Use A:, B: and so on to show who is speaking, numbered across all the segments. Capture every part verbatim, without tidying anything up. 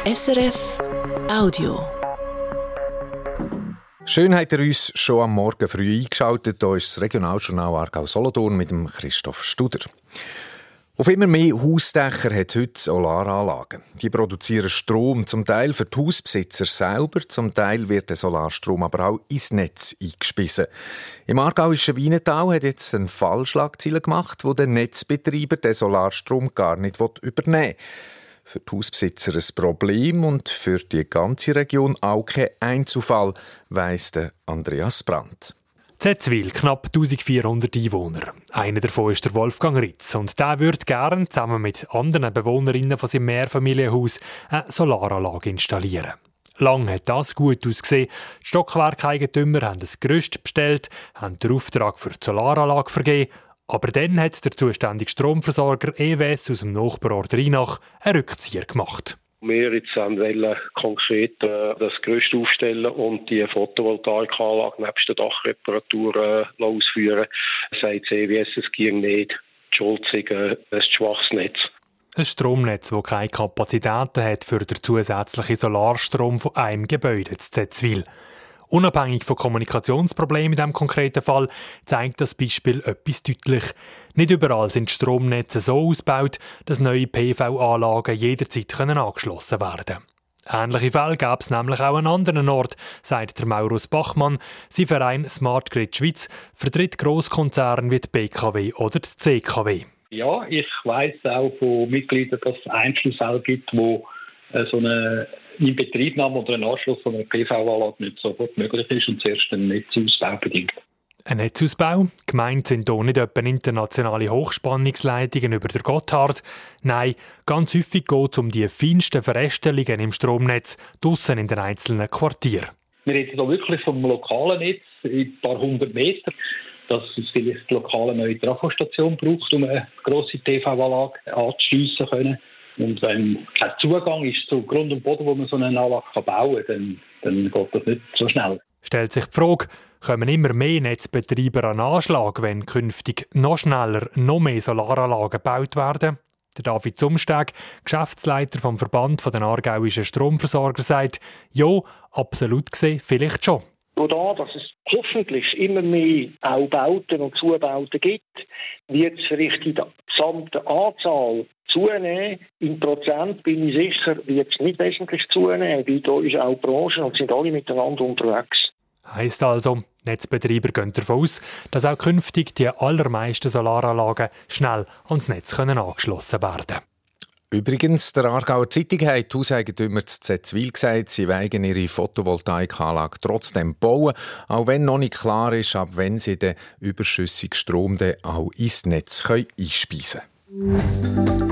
A: S R F Audio.
B: Schön habt ihr uns schon am Morgen früh eingeschaltet. Hier ist das Regionaljournal Aargau-Solothurn mit dem Christoph Studer. Auf immer mehr Hausdächer hat es heute Solaranlagen. Die produzieren Strom, zum Teil für die Hausbesitzer selber, zum Teil wird der Solarstrom aber auch ins Netz eingespissen. Im aargauischen Wienetal hat jetzt ein Fall Schlagzeilen gemacht, wo der Netzbetreiber den Solarstrom gar nicht übernehmen will. Für die Hausbesitzer ein Problem und für die ganze Region auch kein Einzelfall, weiss der Andreas Brandt.
C: Zetzwil, knapp eintausendvierhundert Einwohner. Einer davon ist der Wolfgang Ritz und der würde gerne zusammen mit anderen Bewohnerinnen von seinem Mehrfamilienhaus eine Solaranlage installieren. Lang hat das gut ausgesehen. Die Stockwerkeigentümer haben das Gerüst bestellt, haben den Auftrag für die Solaranlage vergeben, aber dann hat der zuständige Stromversorger E W S aus dem Nachbarort Rheinach einen Rückzieher gemacht.
D: Wir jetzt wollen konkret äh, das Gerüst aufstellen und die Photovoltaikanlage nebst der Dachreparatur äh, ausführen. Sagt das E W S, es ging nicht. Entschuldigung, ein schwaches Netz.
C: Ein Stromnetz, das keine Kapazitäten hat für den zusätzlichen Solarstrom von einem Gebäude zu Zetzwil. Unabhängig von Kommunikationsproblemen in diesem konkreten Fall zeigt das Beispiel etwas deutlich. Nicht überall sind die Stromnetze so ausgebaut, dass neue P V-Anlagen jederzeit angeschlossen werden können. Ähnliche Fälle gäbe es nämlich auch an anderen Orten, sagt der Maurus Bachmann. Sein Verein Smart Grid Schweiz vertritt Grosskonzerne wie die B K W oder die C K W.
E: Ja, ich weiss auch von Mitgliedern, dass es Einzelfälle gibt, wo so eine Inbetriebnahme oder ein Anschluss von einer P V-Anlage nicht sofort möglich ist und zuerst ein Netzausbau bedingt.
C: Ein Netzausbau? Gemeint sind hier nicht etwa internationale Hochspannungsleitungen über der Gotthard. Nein, ganz häufig geht es um die feinsten Verästelungen im Stromnetz, draussen in den einzelnen Quartieren.
E: Wir reden hier wirklich vom lokalen Netz, ein paar hundert Meter, dass es vielleicht lokale neue Trafostation braucht, um eine grosse P V-Anlage anzuschliessen zu können. Und wenn kein Zugang ist zu Grund und Boden, wo man so eine Anlage bauen kann, dann, dann geht das nicht so schnell.
C: Stellt sich die Frage, kommen immer mehr Netzbetreiber an Anschlag, wenn künftig noch schneller noch mehr Solaranlagen gebaut werden? Der David Zumsteg, Geschäftsleiter vom Verband der aargauischen Stromversorger, sagt, ja, absolut gesehen, vielleicht schon.
F: Dadurch, dass es hoffentlich immer mehr auch Bauten und Zubauten gibt, wird es vielleicht in der gesamten Anzahl zunehmen. In Prozent bin ich sicher, wird es nicht wesentlich zunehmen, weil da ist auch die Branche und sind alle miteinander unterwegs.
C: Heisst also, Netzbetreiber gehen davon aus, dass auch künftig die allermeisten Solaranlagen schnell ans Netz können angeschlossen werden können.
B: Übrigens, der Aargauer Zeitung hat die Hauseigentümer zu Zetzwil gesagt, sie wollen ihre Photovoltaikanlage trotzdem bauen, auch wenn noch nicht klar ist, ab wann sie den überschüssigen Strom dann auch ins Netz einspeisen können.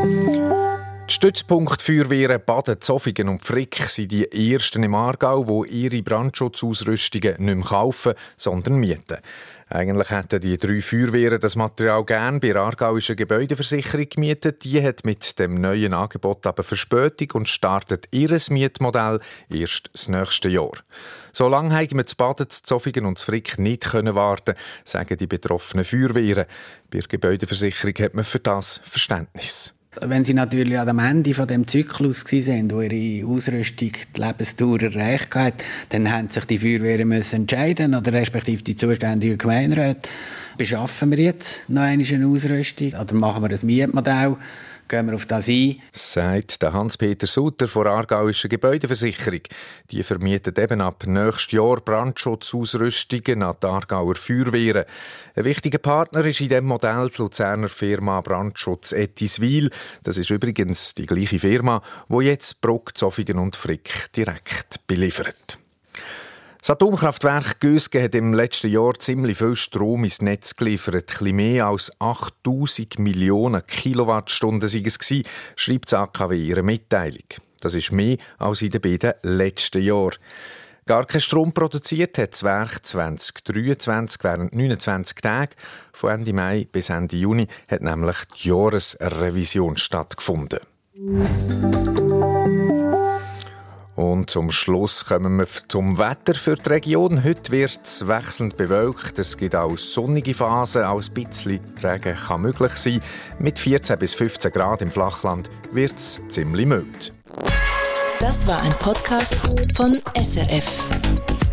B: Die Stützpunktfeuerwehren Baden, Zofingen und Frick sind die ersten im Aargau, die ihre Brandschutzausrüstungen nicht mehr kaufen, sondern mieten. Eigentlich hätten die drei Feuerwehren das Material gerne bei der aargauischen Gebäudeversicherung gemietet. Die hat mit dem neuen Angebot aber Verspätung und startet ihr Mietmodell erst das nächste Jahr. So lange haben wir zu Baden, zu Zofingen und zu Frick nicht können warten, sagen die betroffenen Feuerwehren. Bei der Gebäudeversicherung hat man für das Verständnis.
G: Wenn sie natürlich an dem Ende von dem Zyklus waren, wo ihre Ausrüstung die Lebensdauer erreicht hat, dann haben sich die Feuerwehren müssen entscheiden oder respektive die zuständigen Gemeinderäte. Beschaffen wir jetzt noch eine Ausrüstung oder machen wir ein Mietmodell? Gehen wir auf das ein?
B: Sagt der Hans-Peter Sutter von der aargauischen Gebäudeversicherung. Die vermietet eben ab nächstes Jahr Brandschutzausrüstungen an die Aargauer Feuerwehren. Ein wichtiger Partner ist in diesem Modell die Luzerner Firma Brandschutz Ettiswil. Das ist übrigens die gleiche Firma, die jetzt Bruck, Zofingen und Frick direkt beliefert. Das Atomkraftwerk Gösgen hat im letzten Jahr ziemlich viel Strom ins Netz geliefert. Ein bisschen mehr als achttausend Millionen Kilowattstunden waren es, schreibt das A K W in ihrer Mitteilung. Das ist mehr als in den beiden letzten Jahren. Gar kein Strom produziert hat das Werk zwanzig dreiundzwanzig während neunundzwanzig Tagen. Von Ende Mai bis Ende Juni hat nämlich die Jahresrevision stattgefunden. Und zum Schluss kommen wir zum Wetter für die Region. Heute wird es wechselnd bewölkt. Es gibt auch sonnige Phasen. Auch ein bisschen Regen kann möglich sein. Mit vierzehn bis fünfzehn Grad im Flachland wird es ziemlich mild.
A: Das war ein Podcast von S R F.